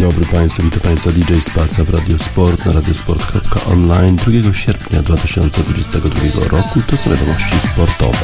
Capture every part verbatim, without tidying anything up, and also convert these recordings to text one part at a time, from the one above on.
dobry Państwu, witam Państwa D J Spaca w Radio Sport na radiosport kropka online drugiego sierpnia dwa tysiące dwudziestego drugiego roku. To są wiadomości sportowe.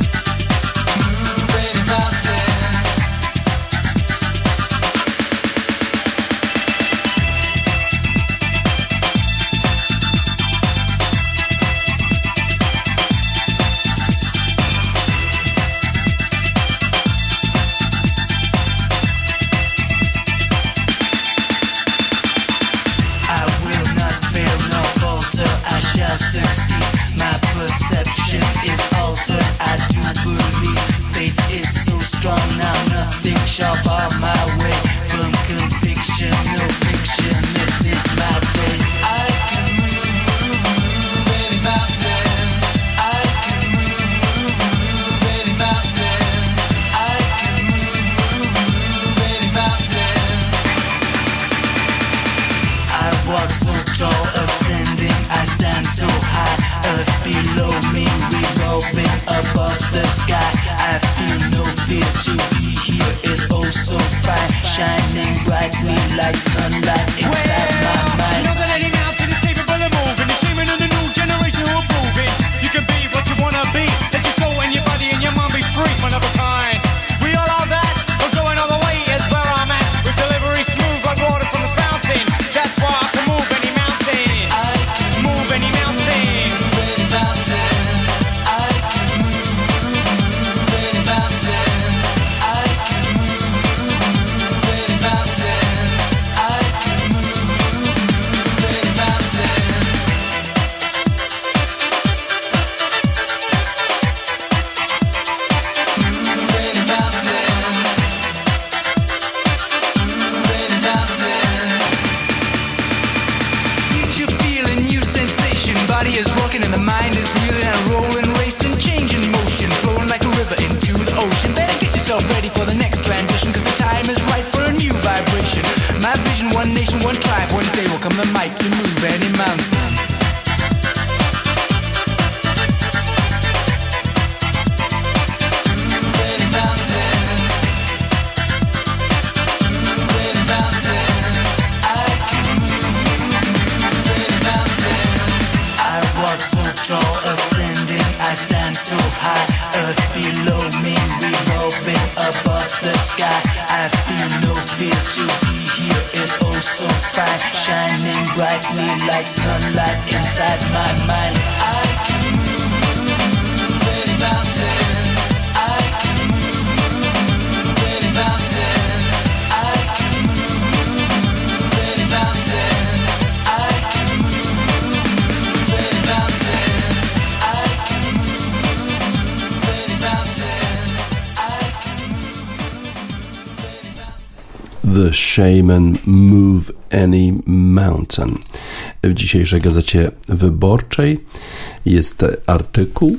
The Shaman Move Any Mountain. W dzisiejszej Gazecie Wyborczej jest artykuł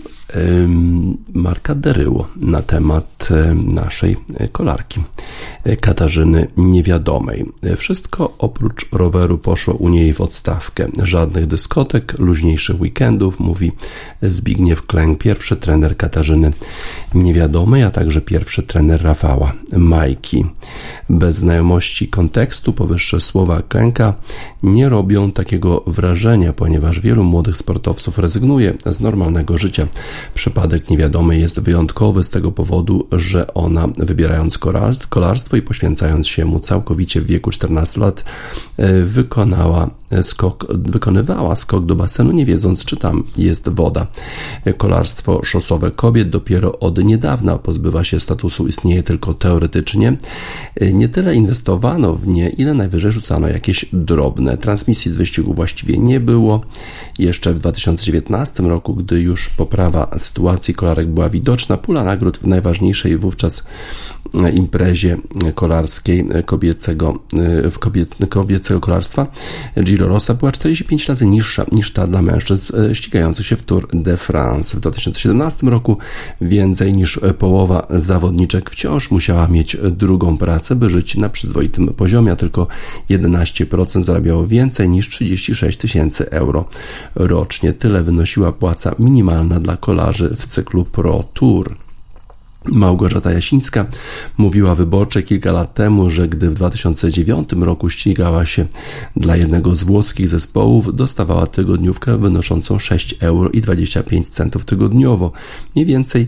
Marka Deryło na temat naszej kolarki Katarzyny Niewiadomej. Wszystko oprócz roweru poszło u niej w odstawkę. Żadnych dyskotek, luźniejszych weekendów, mówi Zbigniew Klęk, pierwszy trener Katarzyny Niewiadomej, a także pierwszy trener Rafała Majki. Bez znajomości kontekstu powyższe słowa Klęka nie robią takiego wrażenia, ponieważ wielu młodych sportowców rezygnuje z normalnego życia. Przypadek Niewiadomej jest wyjątkowy z tego powodu, że ona, wybierając kolarstwo i poświęcając się mu całkowicie w wieku czternastu lat, wykonała skok, wykonywała skok do basenu, nie wiedząc, czy tam jest woda. Kolarstwo szosowe kobiet dopiero od niedawna pozbywa się statusu, istnieje tylko teoretycznie. Nie tyle inwestowano w nie, ile najwyżej rzucano jakieś drobne. Transmisji z wyścigu właściwie nie było. Jeszcze w dwa tysiące dziewiętnastym roku, gdy już poprawa sytuacji kolarek była widoczna, pula nagród w najważniejszej wówczas imprezie kolarskiej kobiecego, w kobiet, kobiecego kolarstwa Giro Rossa była czterdzieści pięć razy niższa niż ta dla mężczyzn ścigających się w Tour de France. W dwa tysiące siedemnastym roku więcej niż połowa zawodniczek wciąż musiała mieć drugą pracę, by żyć na przyzwoitym poziomie, a tylko jedenaście procent zarabiało więcej niż trzydzieści sześć tysięcy euro rocznie. Tyle wynosiła płaca minimalna dla kolarzy w cyklu Pro Tour. Małgorzata Jasińska mówiła Wyborczej kilka lat temu, że gdy w dwa tysiące dziewiątym roku ścigała się dla jednego z włoskich zespołów, dostawała tygodniówkę wynoszącą sześć euro i dwadzieścia pięć centów tygodniowo. Mniej więcej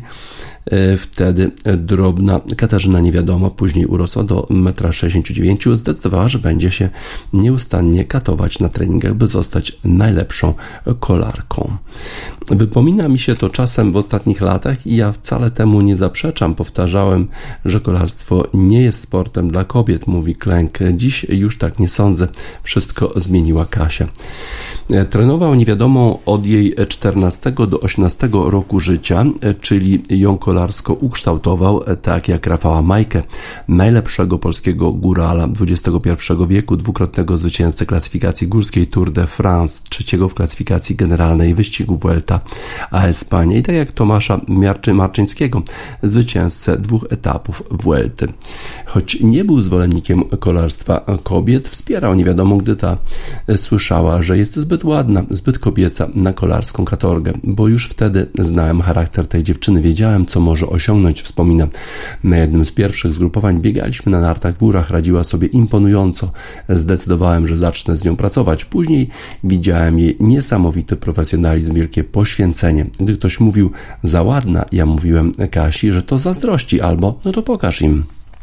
wtedy drobna Katarzyna Niewiadoma, później urosła do jeden sześćdziesiąt dziewięć m, zdecydowała, że będzie się nieustannie katować na treningach, by zostać najlepszą kolarką. Wypomina mi się to czasem w ostatnich latach i ja wcale temu nie zaprzeczam. Powtarzałem, że kolarstwo nie jest sportem dla kobiet, mówi Klęk. Dziś już tak nie sądzę. Wszystko zmieniła Kasia. Trenował Niewiadomą od jej czternastego do osiemnastego roku życia, czyli ją kolarsko ukształtował, tak jak Rafała Majkę, najlepszego polskiego górala dwudziestego pierwszego wieku, dwukrotnego zwycięzcę klasyfikacji górskiej Tour de France, trzeciego w klasyfikacji generalnej wyścigu Vuelta a Espania i tak jak Tomasza Marczyńskiego, zwycięzcę dwóch etapów Vuelty. Choć nie był zwolennikiem kolarstwa kobiet, wspierał Niewiadomą, gdy ta słyszała, że jest zbyt ładna, zbyt kobieca na kolarską katorgę, bo już wtedy znałem charakter tej dziewczyny, wiedziałem, co może osiągnąć, wspomina. Na jednym z pierwszych zgrupowań biegaliśmy na nartach w górach, radziła sobie imponująco. Zdecydowałem, że zacznę z nią pracować. Później widziałem jej niesamowity profesjonalizm, wielkie poświęcenie. Gdy ktoś mówił za ładna, ja mówiłem Kasi, że to zazdrości albo no to pokaż im.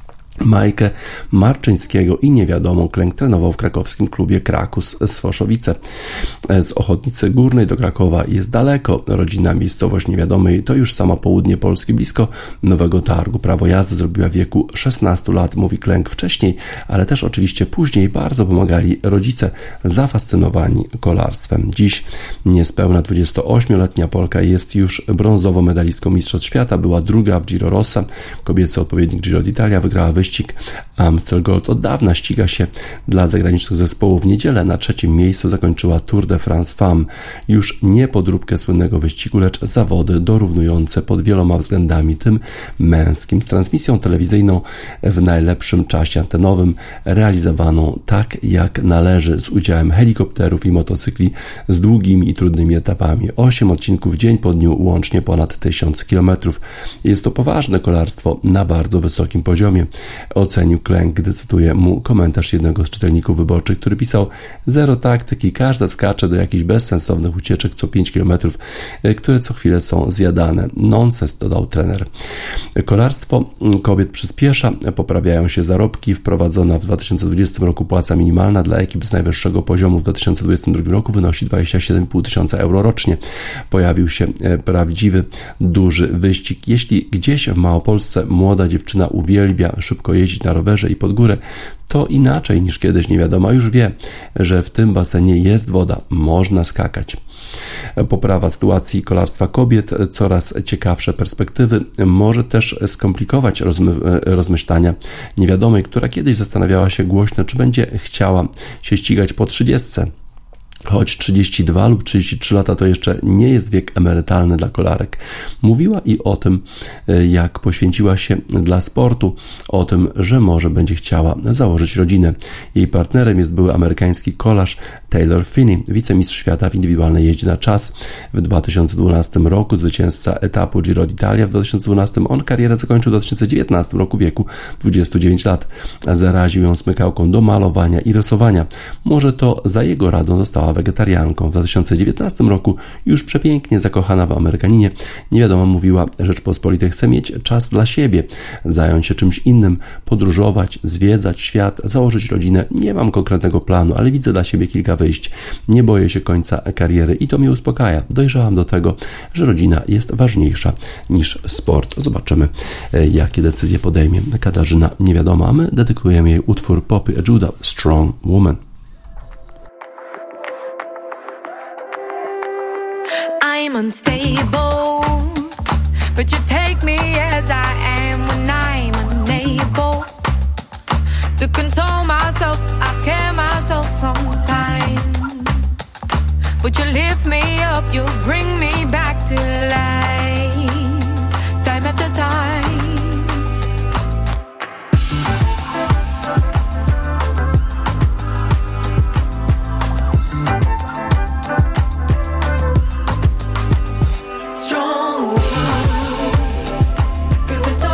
Majkę Marczyńskiego i Niewiadomą Klęk trenował w krakowskim klubie Krakus Sfoszowice. Z Ochotnicy Górnej do Krakowa jest daleko. Rodzina miejscowość Niewiadomej to już sama południe Polski, blisko Nowego Targu. Prawo jazdy zrobiła w wieku szesnastu lat, mówi Klęk. Wcześniej, ale też oczywiście później bardzo pomagali rodzice zafascynowani kolarstwem. Dziś niespełna dwudziestoośmioletnia Polka jest już brązową medalistką Mistrzostw Świata. Była druga w Giro Rossa. Kobiecy odpowiednik Giro d'Italia, wygrała wyścig Amstel Gold. Od dawna ściga się dla zagranicznych zespołów. W niedzielę na trzecim miejscu zakończyła Tour de France Femme. Już nie podróbkę słynnego wyścigu, lecz zawody dorównujące pod wieloma względami tym męskim, z transmisją telewizyjną w najlepszym czasie antenowym, realizowaną tak jak należy, z udziałem helikopterów i motocykli z długimi i trudnymi etapami. Osiem odcinków dzień po dniu, łącznie ponad tysiąc kilometrów. Jest to poważne kolarstwo na bardzo wysokim poziomie, ocenił Klęk, gdy cytuje mu komentarz jednego z czytelników Wyborczych, który pisał: zero taktyki, każda skacze do jakichś bezsensownych ucieczek co pięć kilometrów, które co chwilę są zjadane. Nonsens, dodał trener. Kolarstwo kobiet przyspiesza, poprawiają się zarobki. Wprowadzona w dwa tysiące dwudziestym roku płaca minimalna dla ekip z najwyższego poziomu w dwa tysiące dwudziestym drugim roku wynosi dwadzieścia siedem i pół tysiąca euro rocznie. Pojawił się prawdziwy, duży wyścig. Jeśli gdzieś w Małopolsce młoda dziewczyna uwielbia szybko jeździć na rowerze i pod górę, to inaczej niż kiedyś Niewiadoma już wie, że w tym basenie jest woda, można skakać. Poprawa sytuacji kolarstwa kobiet, coraz ciekawsze perspektywy, może też skomplikować rozmy- rozmyślania Niewiadomej, która kiedyś zastanawiała się głośno, czy będzie chciała się ścigać po trzydziestce. Choć trzydzieści dwa lub trzydzieści trzy lata to jeszcze nie jest wiek emerytalny dla kolarek. Mówiła i o tym, jak poświęciła się dla sportu, o tym, że może będzie chciała założyć rodzinę. Jej partnerem jest były amerykański kolarz Taylor Finney, wicemistrz świata w indywidualnej jeździe na czas. W dwa tysiące dwunastym roku zwycięzca etapu Giro d'Italia, w dwa tysiące dwunastym on karierę zakończył w dwa tysiące dziewiętnastym roku w wieku dwudziestu dziewięciu lat. Zaraził ją smykałką do malowania i rysowania. Może to za jego radą została wegetarianką. W dwa tysiące dziewiętnastym roku już przepięknie zakochana w Amerykaninie, Niewiadoma mówiła: Rzeczpospolitej chce mieć czas dla siebie, zająć się czymś innym, podróżować, zwiedzać świat, założyć rodzinę. Nie mam konkretnego planu, ale widzę dla siebie kilka wyjść. Nie boję się końca kariery i to mnie uspokaja. Dojrzałam do tego, że rodzina jest ważniejsza niż sport. Zobaczymy, jakie decyzje podejmie Katarzyna Niewiadoma, a my dedykujemy jej utwór Poppy Judah, Strong Woman. I'm unstable, but you take me as I am when I'm unable to control myself. I scare myself sometimes, but you lift me up, you bring me back to life, time after time. Strong woman, 'cause it don't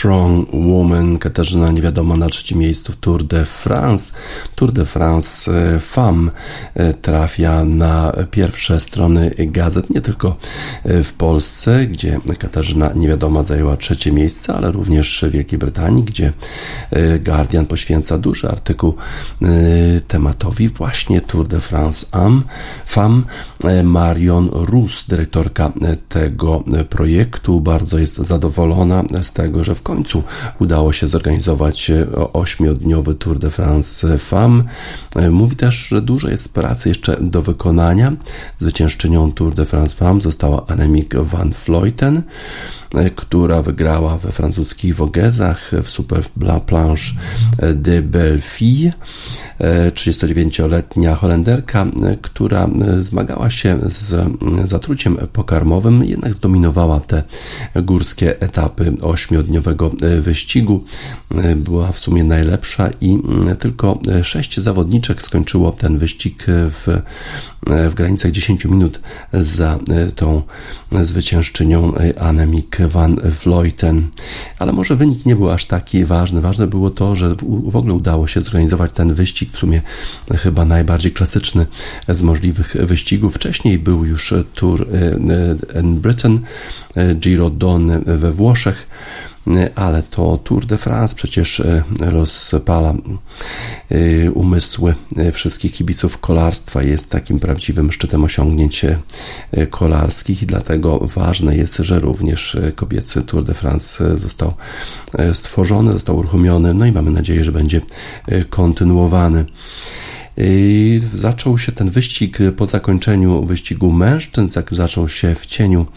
Strong Woman, Katarzyna Niewiadoma na trzecim miejscu w Tour de France. Tour de France Femme trafia na pierwsze strony gazet, nie tylko w Polsce, gdzie Katarzyna Niewiadoma zajęła trzecie miejsce, ale również w Wielkiej Brytanii, gdzie Guardian poświęca duży artykuł tematowi właśnie Tour de France Femme. Marion Rousse, dyrektorka tego projektu, bardzo jest zadowolona z tego, że w końcu udało się zorganizować ośmiodniowy Tour de France Femme. Mówi też, że dużo jest pracy jeszcze do wykonania. Zwyciężczynią Tour de France Femme została Annemiek van Vleuten, która wygrała we francuskich Vogezach w Super Planche de Belleville. trzydziestodziewięcioletnia Holenderka, która zmagała się z zatruciem pokarmowym, jednak zdominowała te górskie etapy ośmiodniowego wyścigu. Była w sumie najlepsza i tylko sześć zawodniczek skończyło ten wyścig w, w granicach dziesięć minut za tą zwyciężczynią Annemiek van Vleuten. Ale może wynik nie był aż taki ważny. Ważne było to, że w ogóle udało się zorganizować ten wyścig, w sumie chyba najbardziej klasyczny z możliwych wyścigów. Wcześniej był już Tour in Britain, Giro Donne we Włoszech, ale to Tour de France przecież rozpala umysły wszystkich kibiców kolarstwa, jest takim prawdziwym szczytem osiągnięć kolarskich i dlatego ważne jest, że również kobiecy Tour de France został stworzony, został uruchomiony, no i mamy nadzieję, że będzie kontynuowany. Zaczął się ten wyścig po zakończeniu wyścigu mężczyzn, zaczął się w cieniu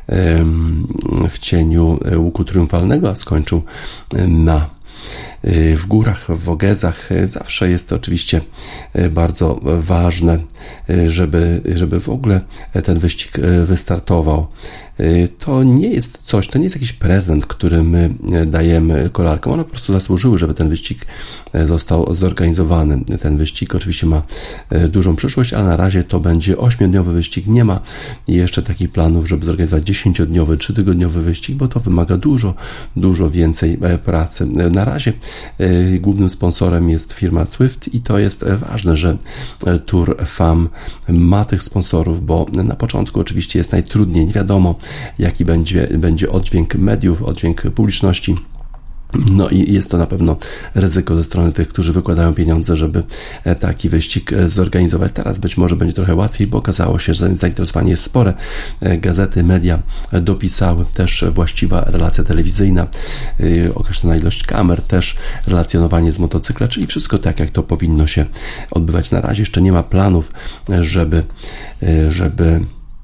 w cieniu łuku triumfalnego, a skończył na w górach, w Vogezach. Zawsze jest to oczywiście bardzo ważne, żeby, żeby w ogóle ten wyścig wystartował. To nie jest coś, to nie jest jakiś prezent, który my dajemy kolarkom. One po prostu zasłużyły, żeby ten wyścig został zorganizowany. Ten wyścig oczywiście ma dużą przyszłość, ale na razie to będzie ośmiodniowy wyścig. Nie ma jeszcze takich planów, żeby zorganizować dziesięciodniowy, trzytygodniowy wyścig, bo to wymaga dużo, dużo więcej pracy. Na razie głównym sponsorem jest firma Zwift i to jest ważne, że Tour Femme ma tych sponsorów, bo na początku oczywiście jest najtrudniej, nie wiadomo jaki będzie, będzie oddźwięk mediów, oddźwięk publiczności. No i jest to na pewno ryzyko ze strony tych, którzy wykładają pieniądze, żeby taki wyścig zorganizować. Teraz być może będzie trochę łatwiej, bo okazało się, że zainteresowanie jest spore. Gazety, media dopisały, też właściwa relacja telewizyjna, określona ilość kamer, też relacjonowanie z motocykla, czyli wszystko tak, jak to powinno się odbywać. Na razie jeszcze nie ma planów, żeby żeby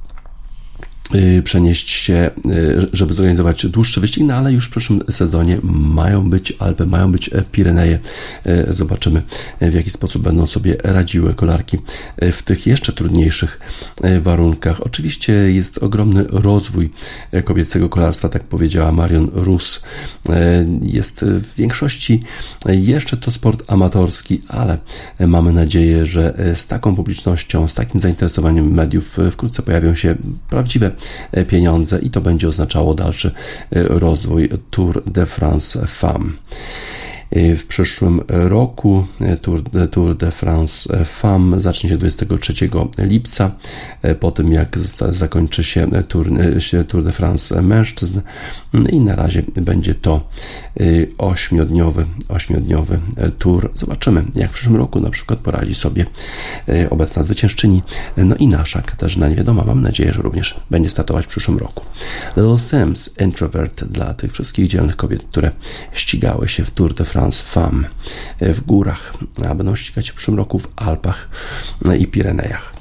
przenieść się, żeby zorganizować dłuższy wyścig, no ale już w przyszłym sezonie mają być Alpy, mają być Pireneje. Zobaczymy, w jaki sposób będą sobie radziły kolarki w tych jeszcze trudniejszych warunkach. Oczywiście jest ogromny rozwój kobiecego kolarstwa, tak powiedziała Marion Rousse. Jest w większości jeszcze to sport amatorski, ale mamy nadzieję, że z taką publicznością, z takim zainteresowaniem mediów wkrótce pojawią się prawdziwe pieniądze i to będzie oznaczało dalszy rozwój Tour de France Femme. W przyszłym roku Tour, Tour de France Femme zacznie się dwudziestego trzeciego lipca, po tym jak zakończy się Tour, Tour de France mężczyzn i na razie będzie to ośmiodniowy, ośmiodniowy tour. Zobaczymy, jak w przyszłym roku na przykład poradzi sobie obecna zwyciężczyni, no i nasza Katarzyna Niewiadoma. Mam nadzieję, że również będzie startować w przyszłym roku. Little Sims, Introvert, dla tych wszystkich dzielnych kobiet, które ścigały się w Tour de France Femme w górach, a będą ścigać w przyszłym roku w Alpach i Pirenejach.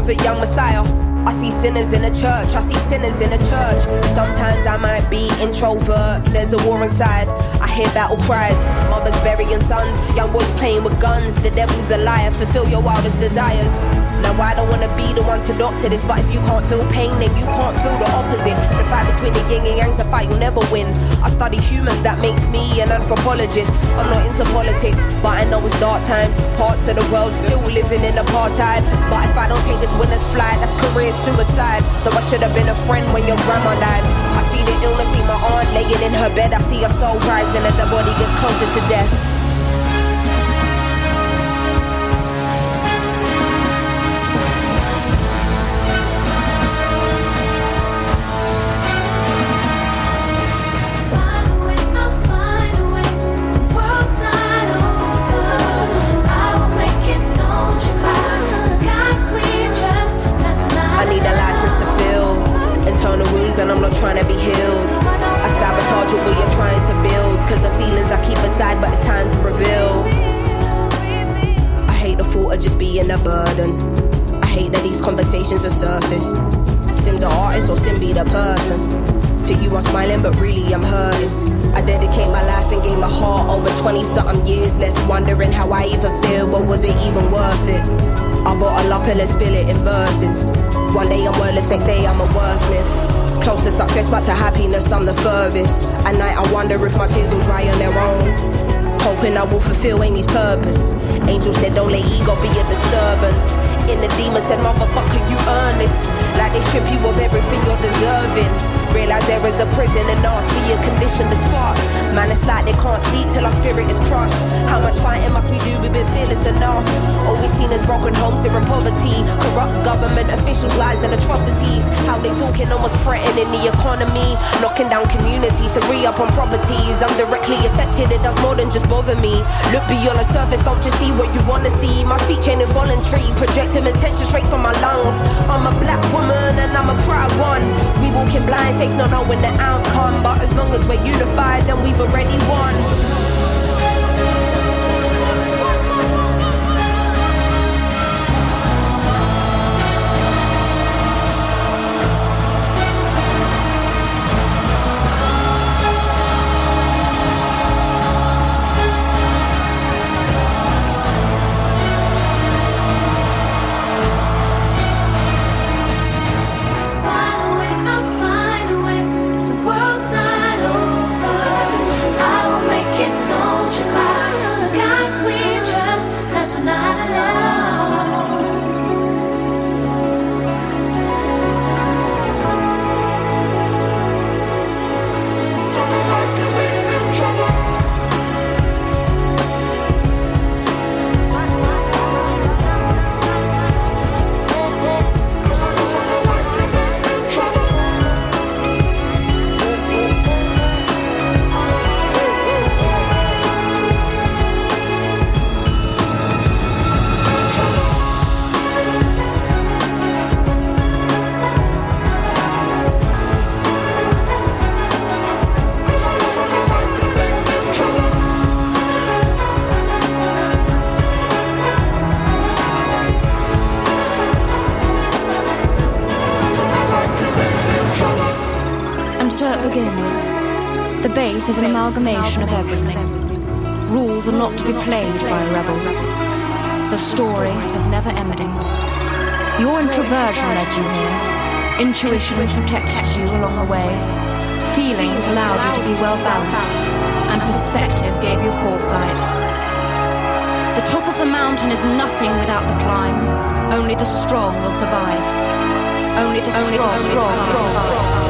a young messiah. I see sinners in a church, I see sinners in a church. Sometimes I might be introvert, there's a war inside. I hear battle cries, mothers burying sons, young boys playing with guns. The devil's a liar, fulfill your wildest desires. Now I don't wanna be the one to doctor this, but if you can't feel pain, then you can't feel the opposite. The fight between the yin and yang's a fight you'll never win. I study humans, that makes me an anthropologist. I'm not into politics, but I know it's dark times. Parts of the world still living in apartheid. But if I don't take this winner's flight, that's career suicide. Though I should have been a friend when your grandma died. I see the illness, see my aunt laying in her bed. I see her soul rising as her body gets closer to death. And I'm not trying to be healed. I sabotage what you're trying to build, cause the feelings I keep aside, but it's time to reveal. I hate the thought of just being a burden. I hate that these conversations are surfaced. Sim's an artist or Sim be the person. To you I'm smiling but really I'm hurting. I dedicate my life and gave my heart over twenty something years. Left wondering how I even feel, but was it even worth it? I bottle up and let's spill it in verses. One day I'm wordless, next day I'm a wordsmith. Close to success, but to happiness I'm the furthest. At night I wonder if my tears will dry on their own. Hoping I will fulfill Amy's purpose. Angel said don't let ego be a disturbance. In the demon said motherfucker you earn this. Like they strip you of everything you're deserving. Realize there is a prison and ask me a condition that's fuck. Man, it's like they can't sleep till our spirit is crushed. How much fighting must we do? We've been fearless enough. Always seen as broken homes here in poverty. Corrupt government officials, lies and atrocities. How they talking almost threatening the economy. Knocking down communities to re-up on properties. I'm directly affected, it does more than just bother me. Look beyond the surface, don't just see what you wanna see. My speech ain't involuntary, projecting attention straight from my lungs. I'm a black woman and I'm a proud one. We walking blind, fake not knowing the outcome. But as long as we're unified, then we've already won. Is an amalgamation of everything. Rules are not to be played by rebels. The story of never ending. Your introversion led you here. Intuition protected you along the way. Feelings allowed you to be well balanced. And perspective gave you foresight. The top of the mountain is nothing without the climb. Only the strong will survive. Only the Only strong, the strong will survive.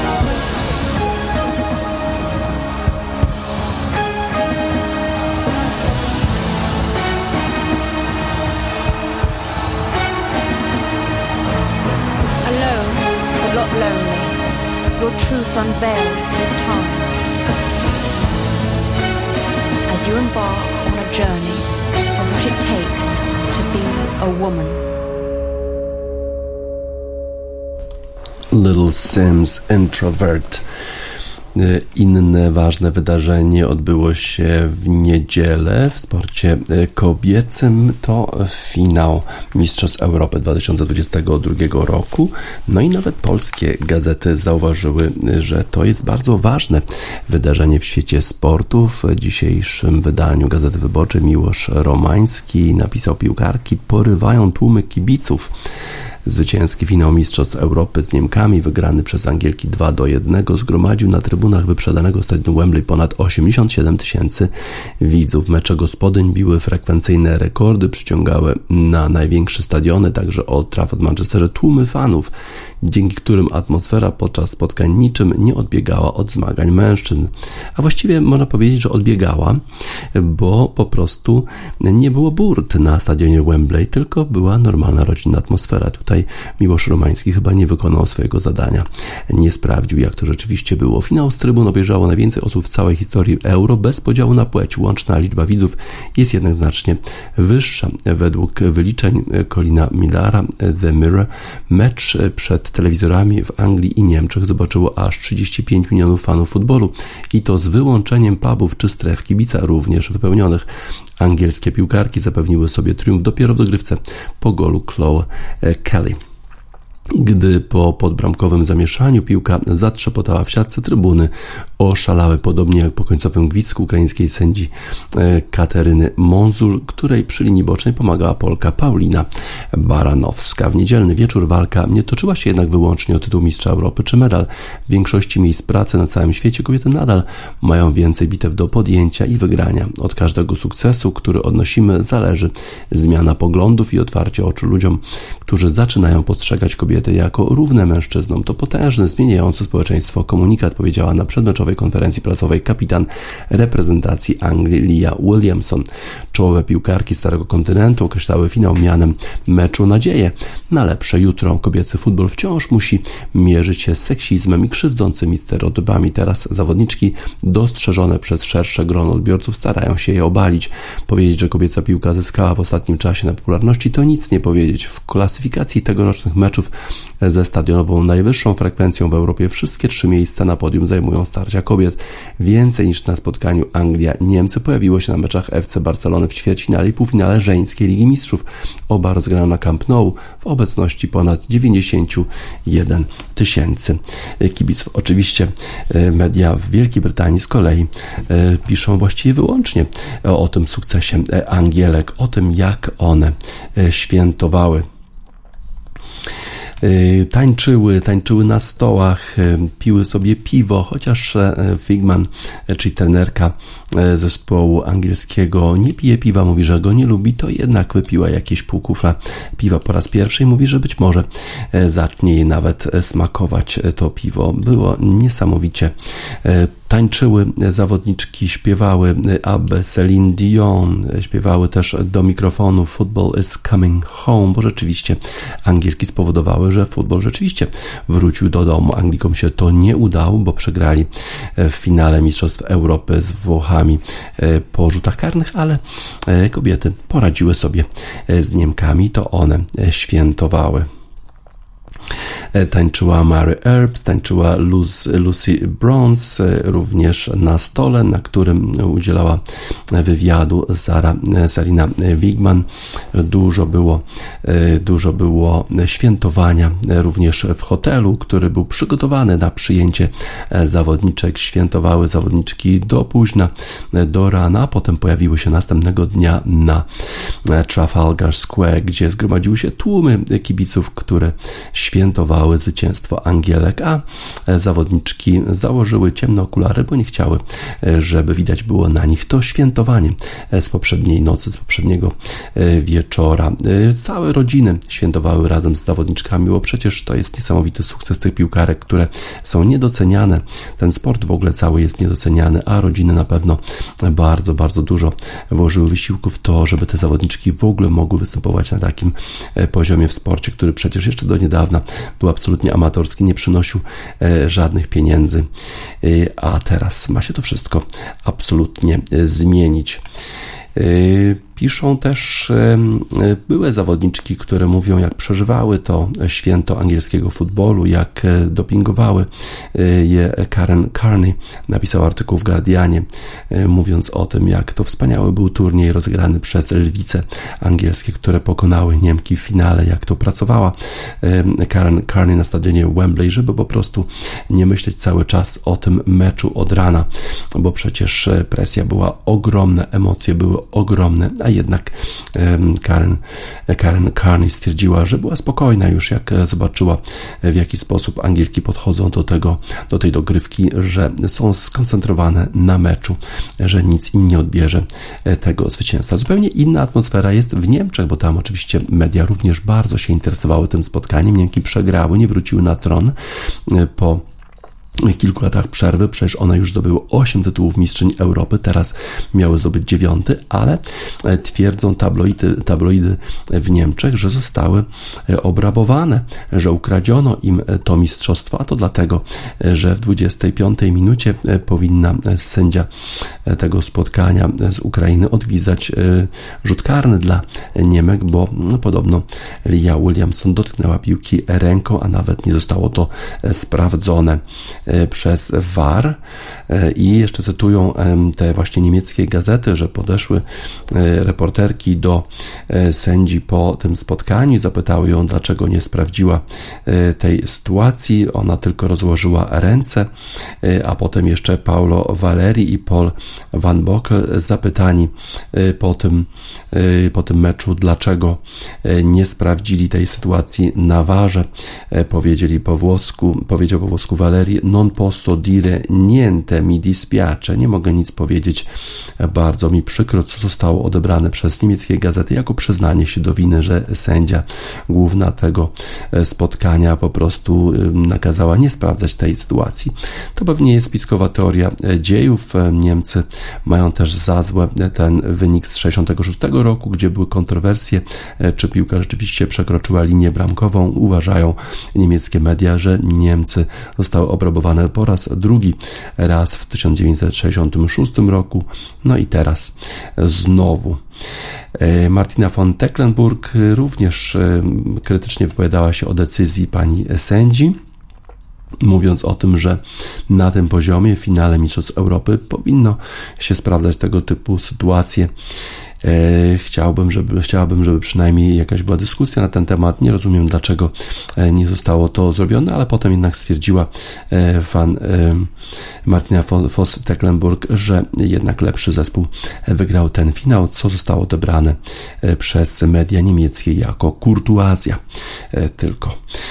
Lonely, your truth unveiled with time. As you embark on a journey of what it takes to be a woman. Little Simz, Introvert. Inne ważne wydarzenie odbyło się w niedzielę w sporcie kobiecym. To finał Mistrzostw Europy dwa tysiące dwudziestego drugiego roku. No i nawet polskie gazety zauważyły, że to jest bardzo ważne wydarzenie w świecie sportu. W dzisiejszym wydaniu Gazety Wyborczej Miłosz Romański napisał: piłkarki porywają tłumy kibiców. Zwycięski finał Mistrzostw Europy z Niemkami, wygrany przez Angielki dwa do jednego, zgromadził na trybunach wyprzedanego stadionu Wembley ponad osiemdziesiąt siedem tysięcy widzów. Mecze gospodyń biły frekwencyjne rekordy, przyciągały na największe stadiony, także Old Trafford w Manchesterze, tłumy fanów, dzięki którym atmosfera podczas spotkań niczym nie odbiegała od zmagań mężczyzn. A właściwie można powiedzieć, że odbiegała, bo po prostu nie było burt na stadionie Wembley, tylko była normalna rodzinna atmosfera. Tutaj Miłosz Romański chyba nie wykonał swojego zadania. Nie sprawdził, jak to rzeczywiście było. Finał z trybun obejrzało najwięcej osób w całej historii Euro, bez podziału na płeć. Łączna liczba widzów jest jednak znacznie wyższa. Według wyliczeń Colina Millara The Mirror mecz przed telewizorami w Anglii i Niemczech zobaczyło aż trzydzieści pięć milionów fanów futbolu i to z wyłączeniem pubów czy stref kibica również wypełnionych. Angielskie piłkarki zapewniły sobie triumf dopiero w dogrywce po golu Chloe Kelly. Gdy po podbramkowym zamieszaniu piłka zatrzepotała w siatce, trybuny oszalały, podobnie jak po końcowym gwizdku ukraińskiej sędzi Kateryny Monzul, której przy linii bocznej pomagała Polka Paulina Baranowska. W niedzielny wieczór walka nie toczyła się jednak wyłącznie o tytuł mistrza Europy czy medal. W większości miejsc pracy na całym świecie kobiety nadal mają więcej bitew do podjęcia i wygrania. Od każdego sukcesu, który odnosimy, zależy zmiana poglądów i otwarcie oczu ludziom, którzy zaczynają postrzegać kobiety jako równe mężczyznom. To potężny, zmieniający społeczeństwo komunikat, powiedziała na przedmeczowej konferencji prasowej kapitan reprezentacji Anglii Leah Williamson. Czołowe piłkarki Starego Kontynentu określały finał mianem meczu nadzieję na lepsze jutro. Kobiecy futbol wciąż musi mierzyć się z seksizmem i krzywdzącymi stereotypami. Teraz zawodniczki dostrzeżone przez szersze grono odbiorców starają się je obalić. Powiedzieć, że kobieca piłka zyskała w ostatnim czasie na popularności, to nic nie powiedzieć. W klasyfikacji tegorocznych meczów ze stadionową najwyższą frekwencją w Europie wszystkie trzy miejsca na podium zajmują starcia kobiet. Więcej niż na spotkaniu Anglia-Niemcy pojawiło się na meczach F C Barcelony w ćwierćfinale i półfinale żeńskiej Ligi Mistrzów. Oba rozgrano na Camp Nou w obecności ponad dziewięćdziesiąt jeden tysięcy kibiców. Oczywiście media w Wielkiej Brytanii z kolei piszą właściwie wyłącznie o, o tym sukcesie Angielek, o tym, jak one świętowały. Tańczyły, tańczyły na stołach, piły sobie piwo, chociaż Figman, czyli trenerka zespołu angielskiego, nie pije piwa, mówi, że go nie lubi, to jednak wypiła jakieś pół kufla piwa po raz pierwszy i mówi, że być może zacznie jej nawet smakować to piwo. Było niesamowicie. Tańczyły zawodniczki, śpiewały Abbę, Celine Dion, śpiewały też do mikrofonu Football is coming home, bo rzeczywiście Angielki spowodowały, że futbol rzeczywiście wrócił do domu. Anglikom się to nie udało, bo przegrali w finale Mistrzostw Europy z Włochami po rzutach karnych, ale kobiety poradziły sobie z Niemkami, to one świętowały. Tańczyła Mary Earps, tańczyła Lucy Bronze, również na stole, na którym udzielała wywiadu Sara, Sarina Wigman. Dużo było, dużo było świętowania również w hotelu, który był przygotowany na przyjęcie zawodniczek. Świętowały zawodniczki do późna, do rana, potem pojawiły się następnego dnia na Trafalgar Square, gdzie zgromadziły się tłumy kibiców, które świętowały zwycięstwo Angielek, a zawodniczki założyły ciemne okulary, bo nie chciały, żeby widać było na nich to świętowanie z poprzedniej nocy, z poprzedniego wieczora. Całe rodziny świętowały razem z zawodniczkami, bo przecież to jest niesamowity sukces tych piłkarek, które są niedoceniane. Ten sport w ogóle cały jest niedoceniany, a rodziny na pewno bardzo, bardzo dużo włożyły wysiłku w to, żeby te zawodniczki w ogóle mogły występować na takim poziomie w sporcie, który przecież jeszcze do niedawna był absolutnie amatorski, nie przynosił e, żadnych pieniędzy, e, a teraz ma się to wszystko absolutnie e, zmienić. E, Piszą też były zawodniczki, które mówią, jak przeżywały to święto angielskiego futbolu, jak dopingowały je. Karen Carney napisał artykuł w Guardianie, mówiąc o tym, jak to wspaniały był turniej rozgrany przez lwice angielskie, które pokonały Niemki w finale, jak to pracowała Karen Carney na stadionie Wembley, żeby po prostu nie myśleć cały czas o tym meczu od rana, bo przecież presja była ogromna, emocje były ogromne, a jednak Karen, Karen Carney stwierdziła, że była spokojna już, jak zobaczyła, w jaki sposób Angielki podchodzą do tego, do tej dogrywki, że są skoncentrowane na meczu, że nic im nie odbierze tego zwycięstwa. Zupełnie inna atmosfera jest w Niemczech, bo tam oczywiście media również bardzo się interesowały tym spotkaniem. Niemki przegrały, nie wróciły na tron po kilku latach przerwy, przecież one już zdobyły osiem tytułów mistrzyń Europy, teraz miały zdobyć dziewiąty, ale twierdzą tabloidy, tabloidy w Niemczech, że zostały obrabowane, że ukradziono im to mistrzostwo, a to dlatego, że w dwudziestej piątej minucie powinna sędzia tego spotkania z Ukrainy odgwizdać rzut karny dla Niemek, bo no, podobno Lia Williamson dotknęła piłki ręką, a nawet nie zostało to sprawdzone przez V A R. I jeszcze cytują te właśnie niemieckie gazety, że podeszły reporterki do sędzi po tym spotkaniu i zapytały ją, dlaczego nie sprawdziła tej sytuacji. Ona tylko rozłożyła ręce, a potem jeszcze Paulo Valeri i Paul Van Bokel zapytani po tym, po tym meczu, dlaczego nie sprawdzili tej sytuacji na warze. Powiedzieli po włosku, powiedział po włosku Valeri: non posso dire niente, mi dispiace. Nie mogę nic powiedzieć, bardzo mi przykro, co zostało odebrane przez niemieckie gazety jako przyznanie się do winy, że sędzia główna tego spotkania po prostu nakazała nie sprawdzać tej sytuacji. To pewnie jest spiskowa teoria dziejów. Niemcy mają też za złe ten wynik z sześćdziesiątego szóstego roku, gdzie były kontrowersje, czy piłka rzeczywiście przekroczyła linię bramkową. Uważają niemieckie media, że Niemcy zostały obrabowane po raz drugi, raz w tysiąc dziewięćset sześćdziesiątym szóstym roku, no i teraz znowu. Martina von Tecklenburg również krytycznie wypowiadała się o decyzji pani sędzi, mówiąc o tym, że na tym poziomie w finale Mistrzostw Europy powinno się sprawdzać tego typu sytuacje. Chciałbym, żeby, chciałabym, żeby przynajmniej jakaś była dyskusja na ten temat. Nie rozumiem, dlaczego nie zostało to zrobione, ale potem jednak stwierdziła fan Martina Voss Tecklenburg, że jednak lepszy zespół wygrał ten finał, co zostało odebrane przez media niemieckie jako kurtuazja tylko.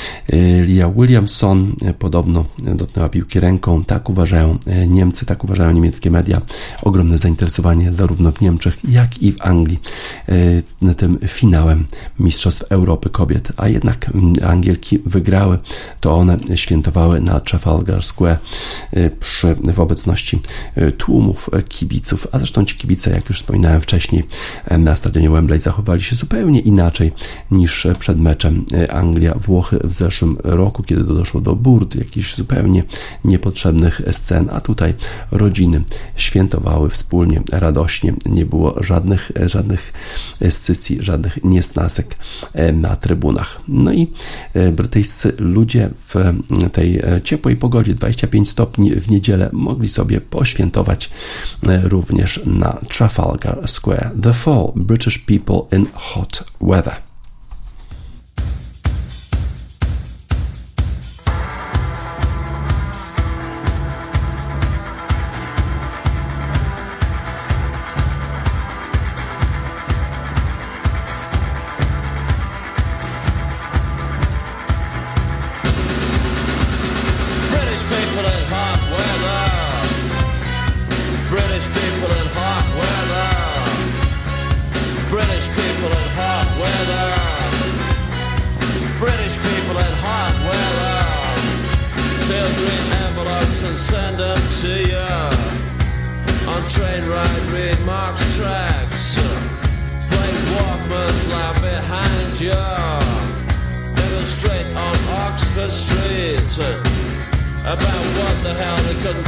Lia Williamson podobno dotknęła piłki ręką. Tak uważają Niemcy, tak uważają niemieckie media. Ogromne zainteresowanie zarówno w Niemczech, jak i w Anglii tym finałem Mistrzostw Europy kobiet, a jednak Angielki wygrały, to one świętowały na Trafalgar Square przy, w obecności tłumów kibiców, a zresztą ci kibice, jak już wspominałem wcześniej, na stadionie Wembley zachowali się zupełnie inaczej niż przed meczem Anglia-Włochy w zeszłym roku, kiedy to doszło do burd, jakichś zupełnie niepotrzebnych scen, a tutaj rodziny świętowały wspólnie, radośnie, nie było żadnych żadnych scysji, żadnych niesnasek na trybunach. No i brytyjscy ludzie w tej ciepłej pogodzie, dwadzieścia pięć stopni w niedzielę, mogli sobie poświętować również na Trafalgar Square. The Fall, British people in hot weather.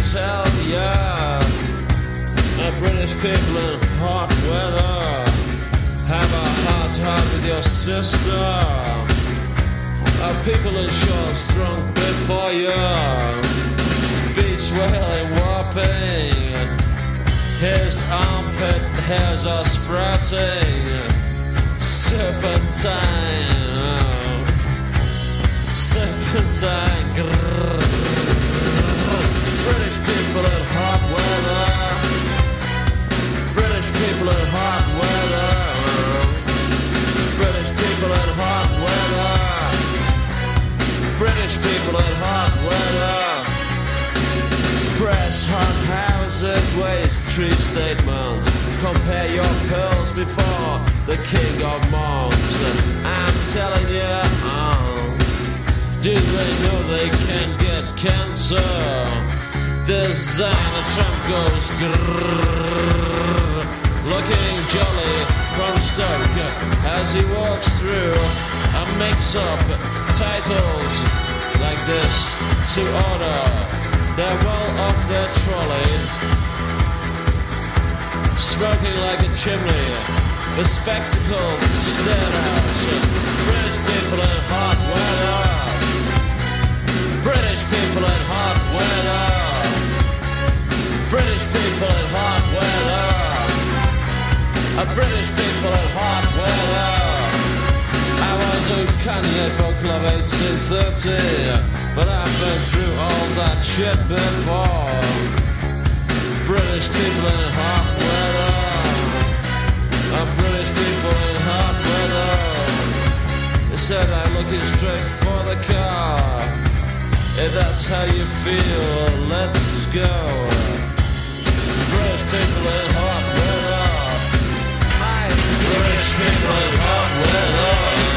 British people in hot weather. have a heart to heart with your sister. Our people in shorts drunk before you. Beach wailing, whopping. His armpit hairs are sprouting. Serpentine, serpentine. Grrr. British people in hot weather. British people in hot weather. British people in hot weather. British people in hot weather. Press hot houses, waste tree statements. Compare your pills before the king of monks. I'm telling you, uh, do they know they can get cancer? Designer Trump goes grrrr, looking jolly from Stoke as he walks through a mix-up titles like this to order. They're well off their trolley, smoking like a chimney. The spectacle stared out. British people in hot weather. British people in hot weather. British people in hot weather. A British people in hot weather. I was a Kanye for Club eighteen thirty, but I've been through all that shit before. British people in hot weather. A British people in hot weather. They said I'm looking straight for the car. If that's how you feel, let's go. British people in hot weather. My British people in hot weather.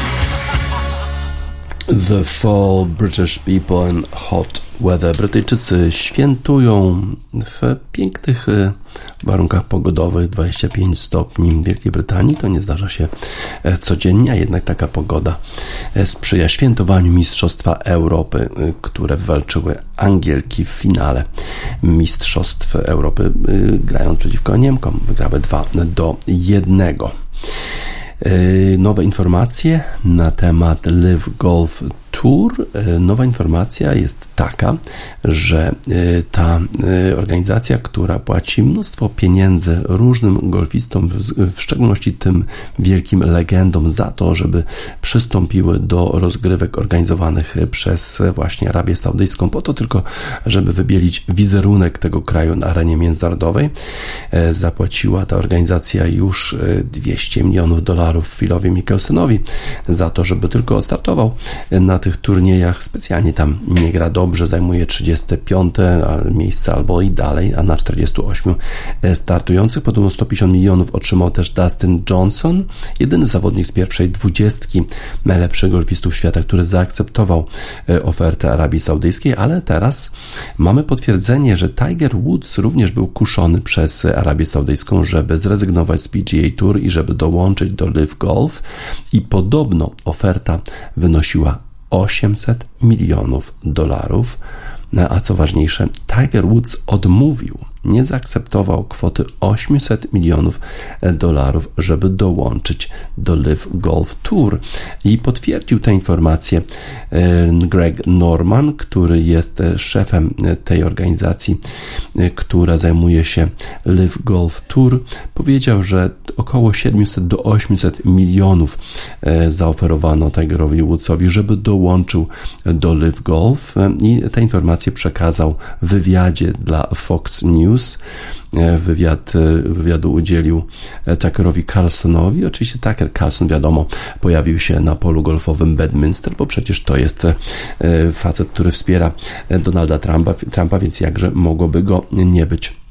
The Fall, British People in Hot Weather. Brytyjczycy świętują w pięknych warunkach pogodowych, dwadzieścia pięć stopni w Wielkiej Brytanii. To nie zdarza się codziennie, a jednak taka pogoda sprzyja świętowaniu Mistrzostwa Europy, które walczyły Angielki w finale Mistrzostw Europy, grając przeciwko Niemkom. Wygrały dwa do jednego. Nowe informacje na temat Live Golf Tour. Nowa informacja jest taka, że ta organizacja, która płaci mnóstwo pieniędzy różnym golfistom, w szczególności tym wielkim legendom, za to, żeby przystąpiły do rozgrywek organizowanych przez właśnie Arabię Saudyjską, po to tylko, żeby wybielić wizerunek tego kraju na arenie międzynarodowej. Zapłaciła ta organizacja już dwieście milionów dolarów Philowi Mickelsonowi za to, żeby tylko startował na tych turniejach. Specjalnie tam nie gra dobrze, zajmuje trzydzieste piąte miejsce albo i dalej, a na czterdziestu ośmiu startujących podobno sto pięćdziesiąt milionów otrzymał też Dustin Johnson, jedyny zawodnik z pierwszej dwudziestki najlepszych golfistów świata, który zaakceptował ofertę Arabii Saudyjskiej, ale teraz mamy potwierdzenie, że Tiger Woods również był kuszony przez Arabię Saudyjską, żeby zrezygnować z P G A Tour i żeby dołączyć do Live Golf, i podobno oferta wynosiła osiemset milionów dolarów, a co ważniejsze, Tiger Woods odmówił, nie zaakceptował kwoty osiemset milionów dolarów, żeby dołączyć do Live Golf Tour. I potwierdził tę informację Greg Norman, który jest szefem tej organizacji, która zajmuje się Live Golf Tour. Powiedział, że około siedemset do ośmiuset milionów zaoferowano Tigerowi Woodsowi, żeby dołączył do Live Golf, i tę informację przekazał w wywiadzie dla Fox News. Wywiad, wywiadu udzielił Tuckerowi Carlsonowi. Oczywiście Tucker Carlson, wiadomo, pojawił się na polu golfowym Bedminster, bo przecież to jest facet, który wspiera Donalda Trumpa, Trumpa, więc jakże mogłoby go nie być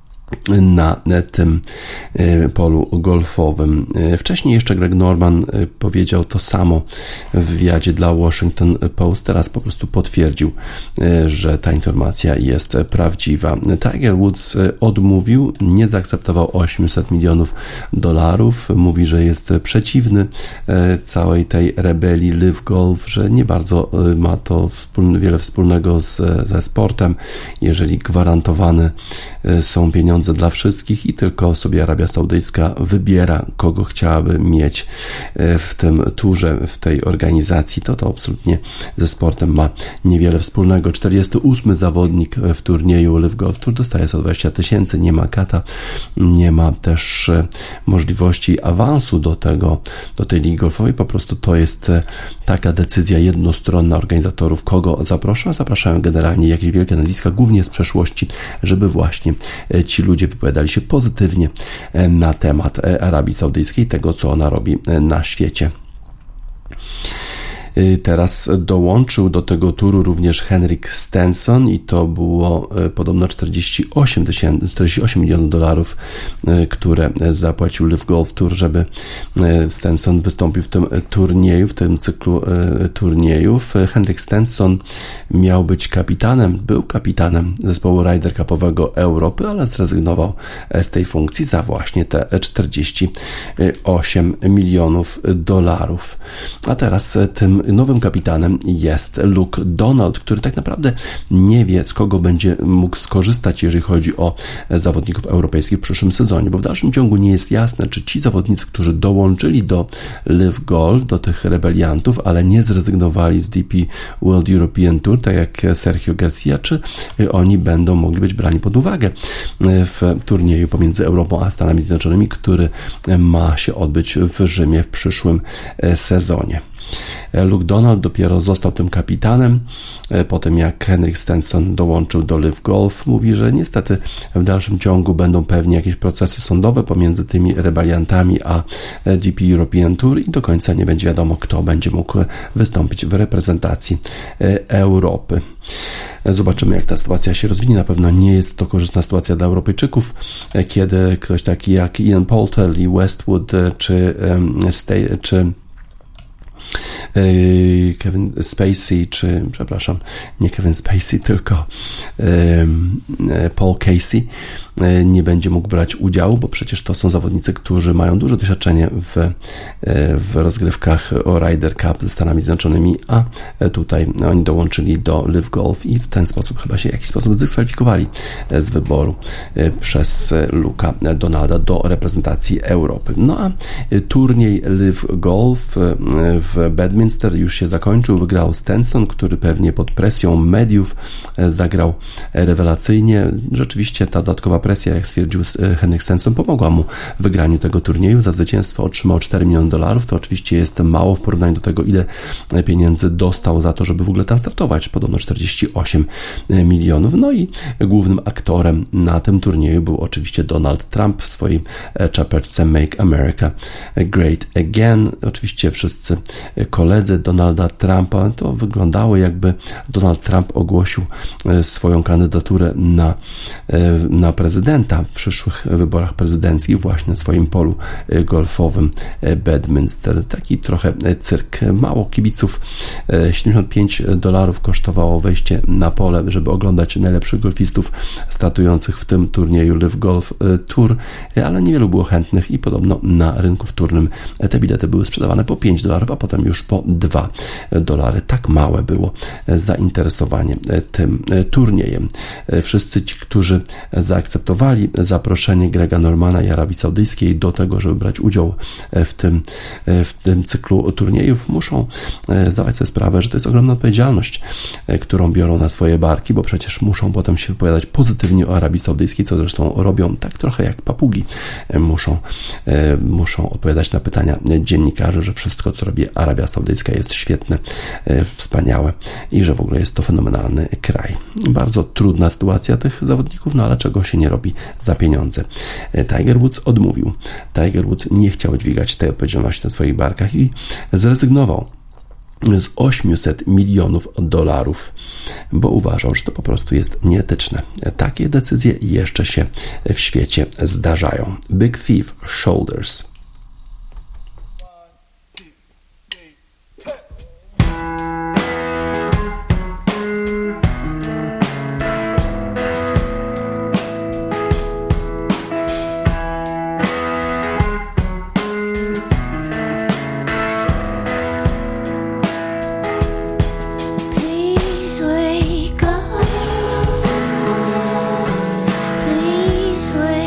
na tym polu golfowym. Wcześniej jeszcze Greg Norman powiedział to samo w wywiadzie dla Washington Post. Teraz po prostu potwierdził, że ta informacja jest prawdziwa. Tiger Woods odmówił, nie zaakceptował osiemset milionów dolarów. Mówi, że jest przeciwny całej tej rebelii Live Golf, że nie bardzo ma to wspólne, wiele wspólnego z, ze sportem, jeżeli gwarantowane są pieniądze pieniądze dla wszystkich i tylko sobie Arabia Saudyjska wybiera, kogo chciałaby mieć w tym turze, w tej organizacji. To to absolutnie ze sportem ma niewiele wspólnego. czterdziesty ósmy zawodnik w turnieju Live Golf Tour dostaje sto dwadzieścia tysięcy, nie ma kata, nie ma też możliwości awansu do tego, do tej ligi golfowej. Po prostu to jest taka decyzja jednostronna organizatorów, kogo zaproszą. Zapraszają generalnie jakieś wielkie nazwiska, głównie z przeszłości, żeby właśnie ci ludzie wypowiadali się pozytywnie na temat Arabii Saudyjskiej, tego, co ona robi na świecie. Teraz dołączył do tego turu również Henrik Stenson i to było podobno czterdzieści osiem tysięcy, czterdzieści osiem milionów dolarów, które zapłacił Live Golf Tour, żeby Stenson wystąpił w tym turnieju, w tym cyklu turniejów. Henrik Stenson miał być kapitanem, był kapitanem zespołu Ryder Cupowego Europy, ale zrezygnował z tej funkcji za właśnie te czterdzieści osiem milionów dolarów. A teraz tym nowym kapitanem jest Luke Donald, który tak naprawdę nie wie, z kogo będzie mógł skorzystać, jeżeli chodzi o zawodników europejskich w przyszłym sezonie, bo w dalszym ciągu nie jest jasne, czy ci zawodnicy, którzy dołączyli do Live Golf, do tych rebeliantów, ale nie zrezygnowali z D P World European Tour, tak jak Sergio Garcia, czy oni będą mogli być brani pod uwagę w turnieju pomiędzy Europą a Stanami Zjednoczonymi, który ma się odbyć w Rzymie w przyszłym sezonie. Luke Donald dopiero został tym kapitanem po tym, jak Henrik Stenson dołączył do Live Golf. Mówi, że niestety w dalszym ciągu będą pewnie jakieś procesy sądowe pomiędzy tymi rebeliantami a D P European Tour i do końca nie będzie wiadomo, kto będzie mógł wystąpić w reprezentacji Europy. Zobaczymy, jak ta sytuacja się rozwinie. Na pewno nie jest to korzystna sytuacja dla Europejczyków, kiedy ktoś taki jak Ian Poulter, Lee Westwood czy, czy Kevin Spacey, czy przepraszam, nie Kevin Spacey, tylko Paul Casey nie będzie mógł brać udziału, bo przecież to są zawodnicy, którzy mają duże doświadczenie w, w rozgrywkach o Ryder Cup ze Stanami Zjednoczonymi, a tutaj oni dołączyli do Live Golf i w ten sposób chyba się w jakiś sposób zdyskwalifikowali z wyboru przez Luke'a Donalda do reprezentacji Europy. No a turniej Live Golf w Bedminster już się zakończył. Wygrał Stenson, który pewnie pod presją mediów zagrał rewelacyjnie. Rzeczywiście ta dodatkowa presja, jak stwierdził Henrik Stenson, pomogła mu w wygraniu tego turnieju. Za zwycięstwo otrzymał cztery miliony dolarów. To oczywiście jest mało w porównaniu do tego, ile pieniędzy dostał za to, żeby w ogóle tam startować. Podobno czterdzieści osiem milionów. No i głównym aktorem na tym turnieju był oczywiście Donald Trump w swojej czapeczce Make America Great Again. Oczywiście wszyscy koledzy Donalda Trumpa to wyglądało, jakby Donald Trump ogłosił swoją kandydaturę na, na prezydenta w przyszłych wyborach prezydenckich właśnie na swoim polu golfowym Bedminster. Taki trochę cyrk. Mało kibiców. siedemdziesiąt pięć dolarów kosztowało wejście na pole, żeby oglądać najlepszych golfistów startujących w tym turnieju Live Golf Tour, ale niewielu było chętnych i podobno na rynku wtórnym te bilety były sprzedawane po pięć dolarów, a potem już po dwa dolary. Tak małe było zainteresowanie tym turniejem. Wszyscy ci, którzy zaakceptowali zaproszenie Grega Normana i Arabii Saudyjskiej do tego, żeby brać udział w tym, w tym cyklu turniejów, muszą zdawać sobie sprawę, że to jest ogromna odpowiedzialność, którą biorą na swoje barki, bo przecież muszą potem się wypowiadać pozytywnie o Arabii Saudyjskiej, co zresztą robią tak trochę jak papugi. Muszą, muszą odpowiadać na pytania dziennikarzy, że wszystko, co robi Arabia Saudyjska, jest świetne, wspaniałe i że w ogóle jest to fenomenalny kraj. Bardzo trudna sytuacja tych zawodników, no ale czego się nie robi za pieniądze. Tiger Woods odmówił. Tiger Woods nie chciał dźwigać tej odpowiedzialności na swoich barkach i zrezygnował z osiemset milionów dolarów, bo uważał, że to po prostu jest nieetyczne. Takie decyzje jeszcze się w świecie zdarzają. Big Thief Shoulders. Please wake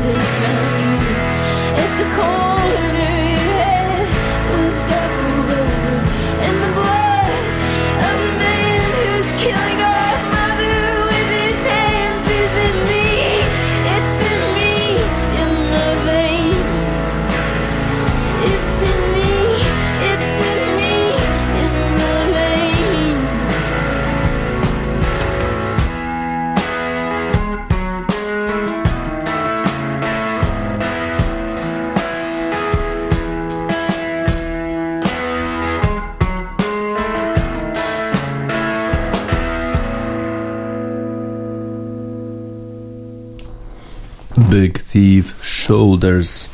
Big Thief Shoulders.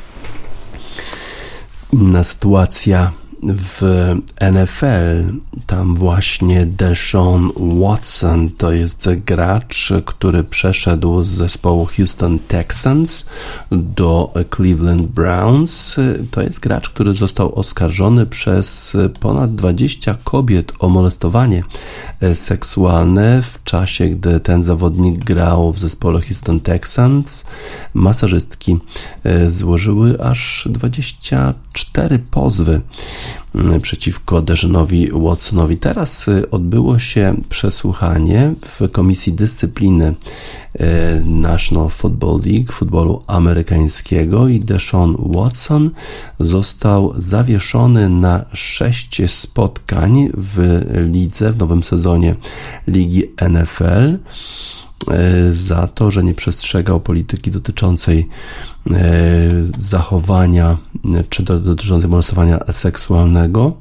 Inna sytuacja w N F L. Tam właśnie Deshaun Watson to jest gracz, który przeszedł z zespołu Houston Texans do Cleveland Browns. To jest gracz, który został oskarżony przez ponad dwadzieścia kobiet o molestowanie seksualne w czasie, gdy ten zawodnik grał w zespole Houston Texans. Masażystki złożyły aż dwadzieścia cztery pozwy przeciwko Deshaunowi Watsonowi. Teraz odbyło się przesłuchanie w Komisji Dyscypliny National Football League, futbolu amerykańskiego, i Deshaun Watson został zawieszony na sześć spotkań w lidze, w nowym sezonie Ligi N F L za to, że nie przestrzegał polityki dotyczącej zachowania czy dotyczącej molestowania seksualnego.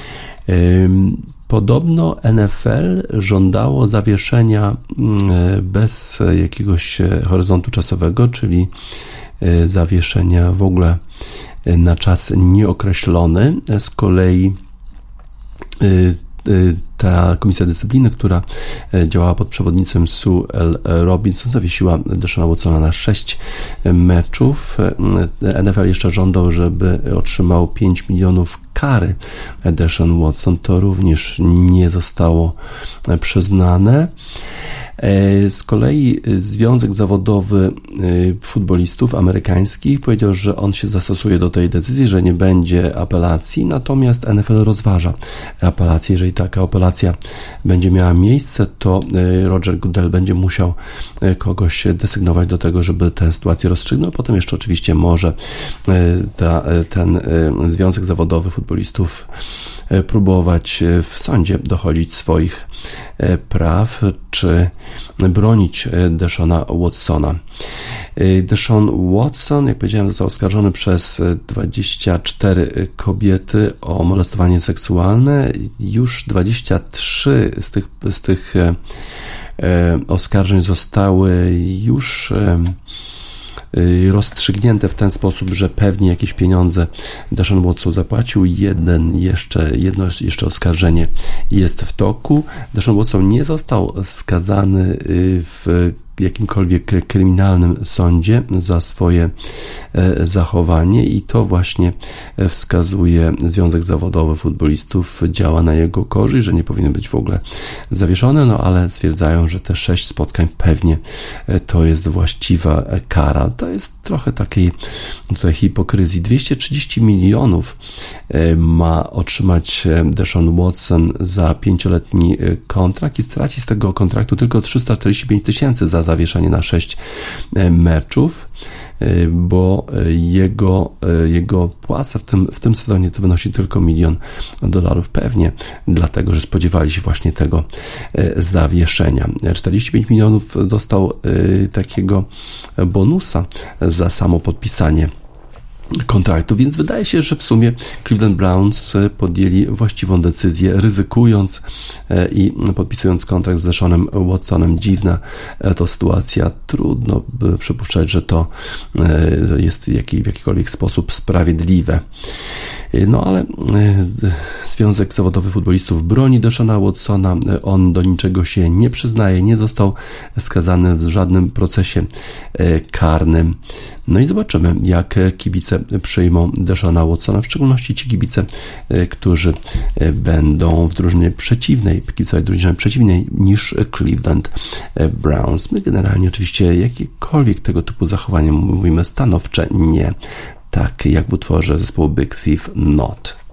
Podobno N F L żądało zawieszenia bez jakiegoś horyzontu czasowego, czyli zawieszenia w ogóle na czas nieokreślony. Z kolei ta Komisja Dyscypliny, która działała pod przewodnictwem Sue L. Robinson, zawiesiła Deshauna Watsona na sześć meczów. N F L jeszcze żądał, żeby otrzymał pięć milionów kary Deshaun Watson. To również nie zostało przyznane. Z kolei Związek Zawodowy Futbolistów Amerykańskich powiedział, że on się zastosuje do tej decyzji, że nie będzie apelacji, natomiast N F L rozważa apelację. Jeżeli taka apelacja będzie miała miejsce, to Roger Goodell będzie musiał kogoś desygnować do tego, żeby tę sytuację rozstrzygnął. Potem jeszcze oczywiście może ta, ten Związek Zawodowy Futbolistów próbować w sądzie dochodzić swoich praw, czy bronić Deshauna Watsona. Deshaun Watson, jak powiedziałem, został oskarżony przez dwadzieścia cztery kobiety o molestowanie seksualne. Już dwadzieścia trzy z tych, z tych oskarżeń zostały już rozstrzygnięte w ten sposób, że pewnie jakieś pieniądze Deshaun Watson zapłacił. Jeden jeszcze, jedno jeszcze oskarżenie jest w toku. Deshaun Watson nie został skazany w jakimkolwiek kryminalnym sądzie za swoje zachowanie i to właśnie wskazuje Związek Zawodowy Futbolistów, działa na jego korzyść, że nie powinien być w ogóle zawieszony, no ale stwierdzają, że te sześć spotkań pewnie to jest właściwa kara. To jest trochę takiej tutaj hipokryzji. dwieście trzydzieści milionów ma otrzymać Deshaun Watson za pięcioletni kontrakt i straci z tego kontraktu tylko trzysta czterdzieści pięć tysięcy za zawieszenie na sześć meczów, bo jego, jego płaca w tym, w tym sezonie to wynosi tylko milion dolarów, pewnie dlatego, że spodziewali się właśnie tego zawieszenia. czterdzieści pięć milionów dostał takiego bonusa za samo podpisanie kontraktu, więc wydaje się, że w sumie Cleveland Browns podjęli właściwą decyzję, ryzykując i podpisując kontrakt z Deshaunem Watsonem. Dziwna to sytuacja, trudno by przypuszczać, że to jest w jakikolwiek sposób sprawiedliwe. No ale Związek Zawodowy Futbolistów broni Deshana Watsona, on do niczego się nie przyznaje, nie został skazany w żadnym procesie karnym. No i zobaczymy, jak kibice przyjmą Deshana Watsona, w szczególności ci kibice, którzy będą w drużynie przeciwnej, kibicowej drużynie przeciwnej niż Cleveland Browns. My generalnie oczywiście jakiekolwiek tego typu zachowanie mówimy stanowcze nie, tak jak w utworze zespołu Big Thief Not.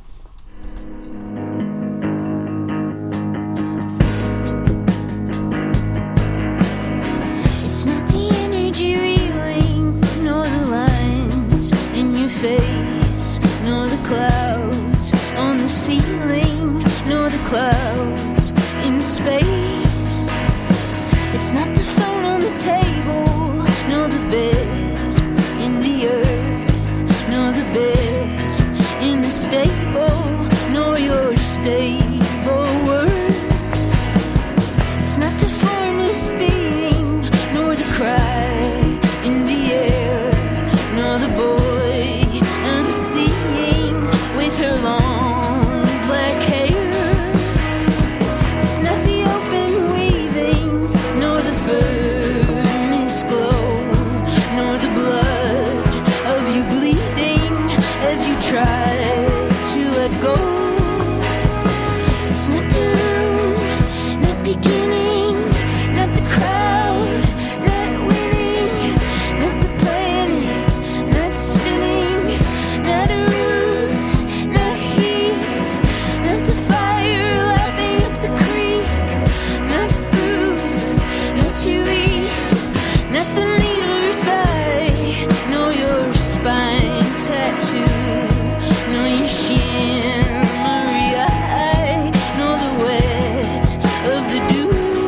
Face, nor the clouds on the ceiling, nor the clouds in space. It's not the phone on the table, nor the bed in the earth, nor the bed in the stable, nor your stable words. It's not the formless being, nor the cry in the air, nor the boy seeing with her long black hair. It's not the open weaving, nor the furnace glow, nor the blood of you bleeding as you try to let go. It's not the room, not beginning, not the crowd, not winning, not the planet, not spinning, not a ruse, not heat, not the fire lapping up the creek, not food, not to eat, not the needle or thigh, nor your spine tattoo, nor your shimmery eye, nor the wet of the dew.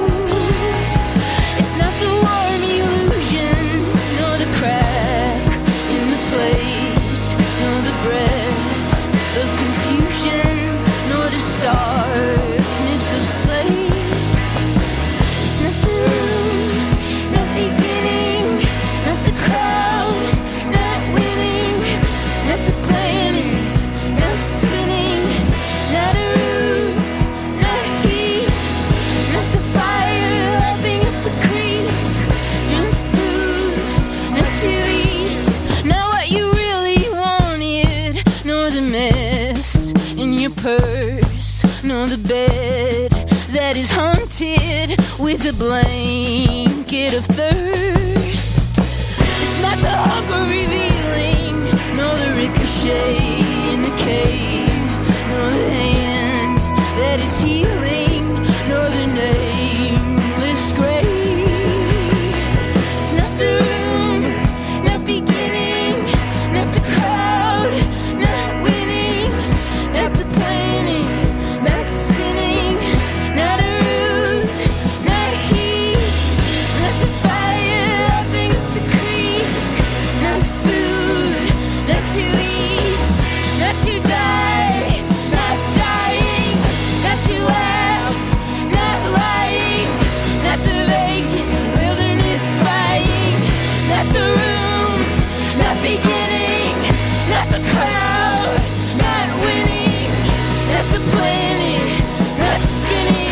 It's not the warm illusion, nor the crack in the plate, nor the breath of confusion, nor the starkness of slate. It's not the room, not beginning, not the crowd, not winning, not the planet, not spinning, not a ruse, not heat, not the fire lapping up the creek, not food, not to eat, not what you really wanted, nor the mess in your purse, nor the bed that is haunted with a blanket of thirst. It's not the hunger revealing, nor the ricochet in the cave, nor the hand that is healing, nor the nameless grave. It's not the room, not beginning, not the crowd, not winning, not the planet, not spinning, not a ruse, not heat, not the fire lapping up the creek, not food, not to eat, not to die, not dying, not to laugh, not lying, not the vacant wilderness spying, not the room, not beginning, not the crowd, not winning, not the planet, not spinning.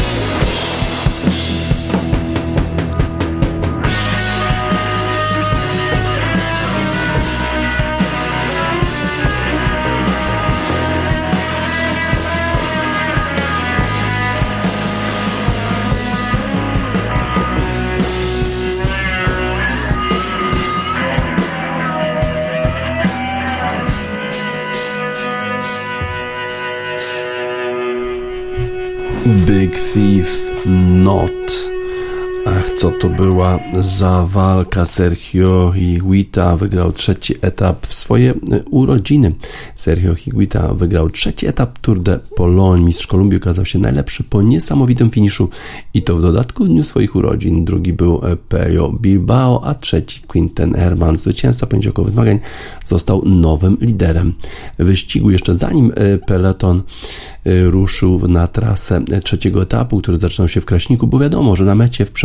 Big Thief Not. Ach, co to była za walka. Sergio Higuita wygrał trzeci etap w swoje urodziny. Sergio Higuita wygrał trzeci etap Tour de Pologne. Mistrz Kolumbii okazał się najlepszy po niesamowitym finiszu i to w dodatku w dniu swoich urodzin. Drugi był Pello Bilbao, a trzeci Quinten Hermans. Zwycięzca poniedziałkowych zmagań został nowym liderem wyścigu. Jeszcze zanim peloton ruszył na trasę trzeciego etapu, który zaczynał się w Kraśniku, bo wiadomo, że na mecie w Przemyślu klasyfikacji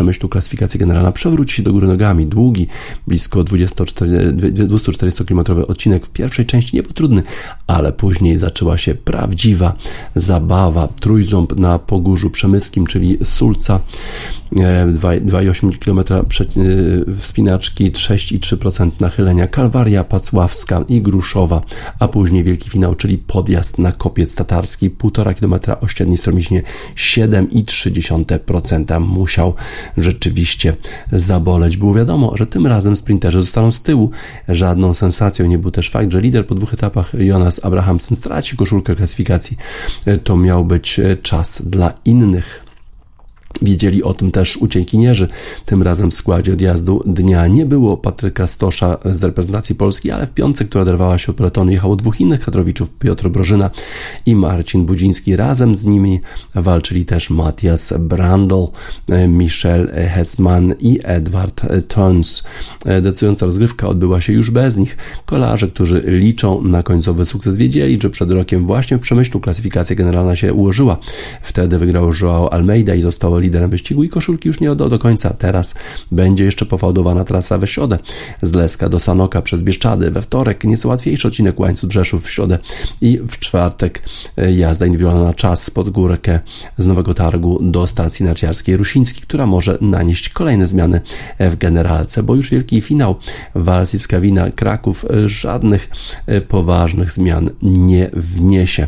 klasyfikacja generalna przewróci się do góry nogami. Długi, blisko dwiestoczterdziestokilometrowy odcinek w pierwszej części nie był trudny, ale później zaczęła się prawdziwa zabawa. Trójząb na Pogórzu Przemyskim, czyli Sulca, dwa przecinek osiem kilometra wspinaczki, sześć przecinek trzy procent nachylenia, Kalwaria Pacławska i Gruszowa, a później wielki finał, czyli podjazd na Kopiec Tatarski, półtora kilometra o średniej stromiźnie, siedem przecinek trzy procent. Musiał rzeczywiście zaboleć. Było wiadomo, że tym razem sprinterzy zostaną z tyłu. Żadną sensacją nie był też fakt, że lider po dwóch etapach Jonas Abrahamsen straci koszulkę klasyfikacji. To miał być czas dla innych. Wiedzieli o tym też uciekinierzy. Tym razem w składzie odjazdu dnia nie było Patryka Stosza z reprezentacji Polski, ale w piątce, która oderwała się od peletonu, jechało dwóch innych kadrowiczów, Piotr Brożyna i Marcin Budziński. Razem z nimi walczyli też Matthias Brandl, Michel Hessmann i Edward Tons. Decydująca rozgrywka odbyła się już bez nich. Kolarze, którzy liczą na końcowy sukces, wiedzieli, że przed rokiem właśnie w Przemyślu klasyfikacja generalna się ułożyła. Wtedy wygrał João Almeida i został liderem wyścigu i koszulki już nie oddał do końca. Teraz będzie jeszcze pofałdowana trasa we środę. Z Leska do Sanoka przez Bieszczady. We wtorek nieco łatwiejszy odcinek Łańcuch Rzeszów w środę i w czwartek jazda indywidualna na czas pod górkę z Nowego Targu do stacji narciarskiej Rusiński, która może nanieść kolejne zmiany w generalce, bo już wielki finał Val Siskawina Kraków żadnych poważnych zmian nie wniesie.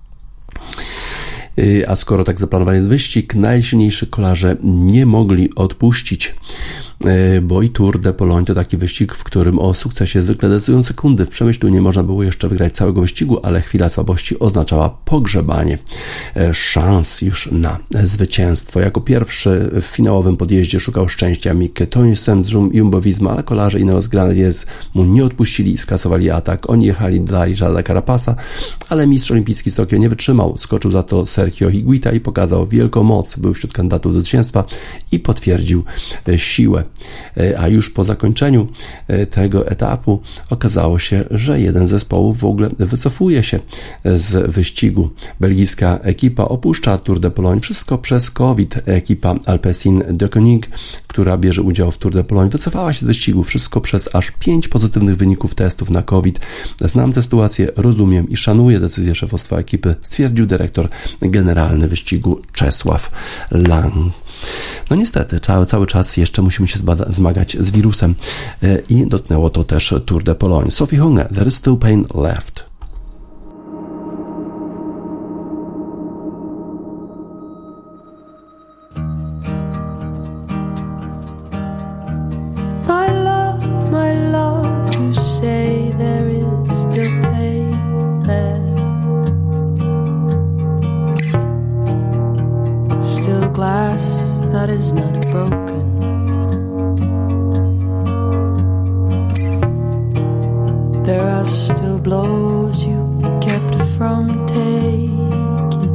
A skoro tak zaplanowany jest wyścig, najsilniejsi kolarze nie mogli odpuścić, bo i Tour de Pologne to taki wyścig, w którym o sukcesie zwykle decydują sekundy. W Przemyślu nie można było jeszcze wygrać całego wyścigu, ale chwila słabości oznaczała pogrzebanie szans już na zwycięstwo. Jako pierwszy w finałowym podjeździe szukał szczęścia Mikke Teunissen z Jumbo-Visma, ale kolarze Ineos Grenadiers mu nie odpuścili i skasowali atak. Oni jechali dla Richarda Carapasa, ale mistrz olimpijski z Tokio nie wytrzymał. Skoczył za to Sergio Higuita i pokazał wielką moc. Był wśród kandydatów do zwycięstwa i potwierdził siłę. A już po zakończeniu tego etapu okazało się, że jeden z zespołów w ogóle wycofuje się z wyścigu. Belgijska ekipa opuszcza Tour de Pologne. Wszystko przez COVID. Ekipa Alpecin Deceuninck, która bierze udział w Tour de Pologne, wycofała się z wyścigu. Wszystko przez aż pięć pozytywnych wyników testów na COVID. Znam tę sytuację, rozumiem i szanuję decyzję szefostwa ekipy, stwierdził dyrektor generalny wyścigu Czesław Lang. No niestety, cały, cały czas jeszcze musimy się zbada- zmagać z wirusem i dotknęło to też Tour de Pologne. Sophie Hunge, There is still pain left. My love, my love, you say there is still pain left. Still glass that is not broken. There are still blows you kept from taking.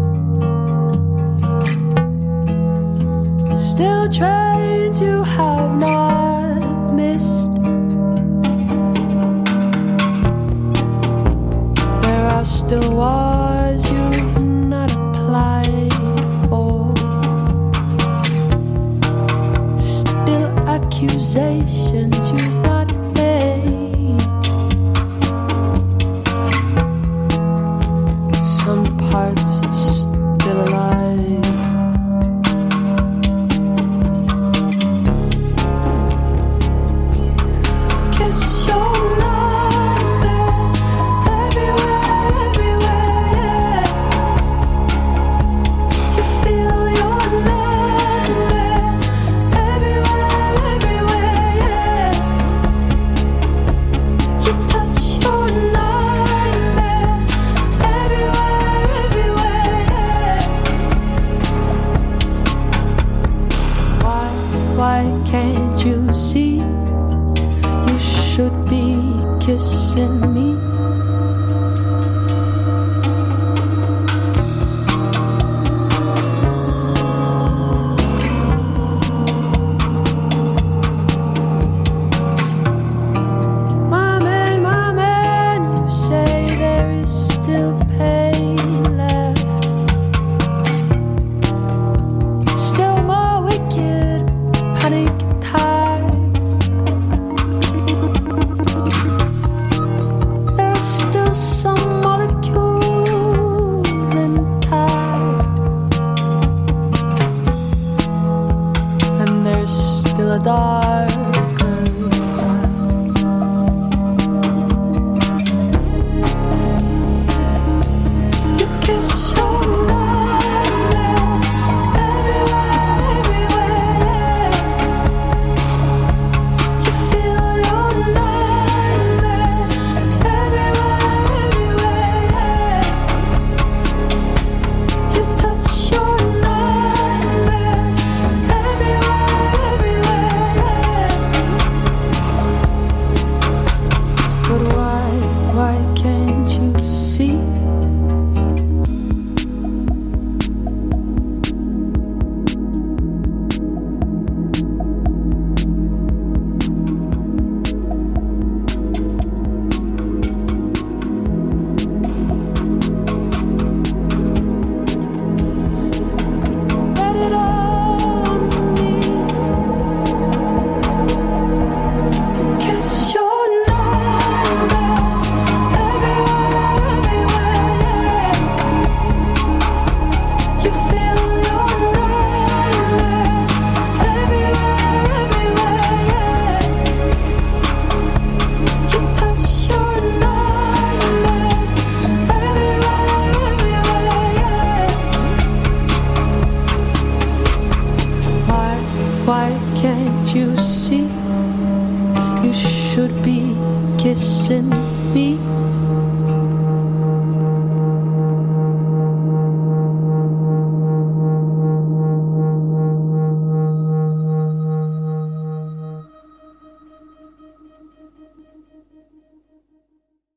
Still trains you have not missed. There are still wars you've not applied for. Still accusations you've not made. Some parts are still alive. Kiss your nightmares everywhere, everywhere, yeah. You feel your nightmares everywhere, everywhere, yeah. You touch your nightmares everywhere, everywhere, yeah. Why, why can't you see? You should be kissing me. My man, my man, you say there is still pain left. Still more wicked panic be kissing me.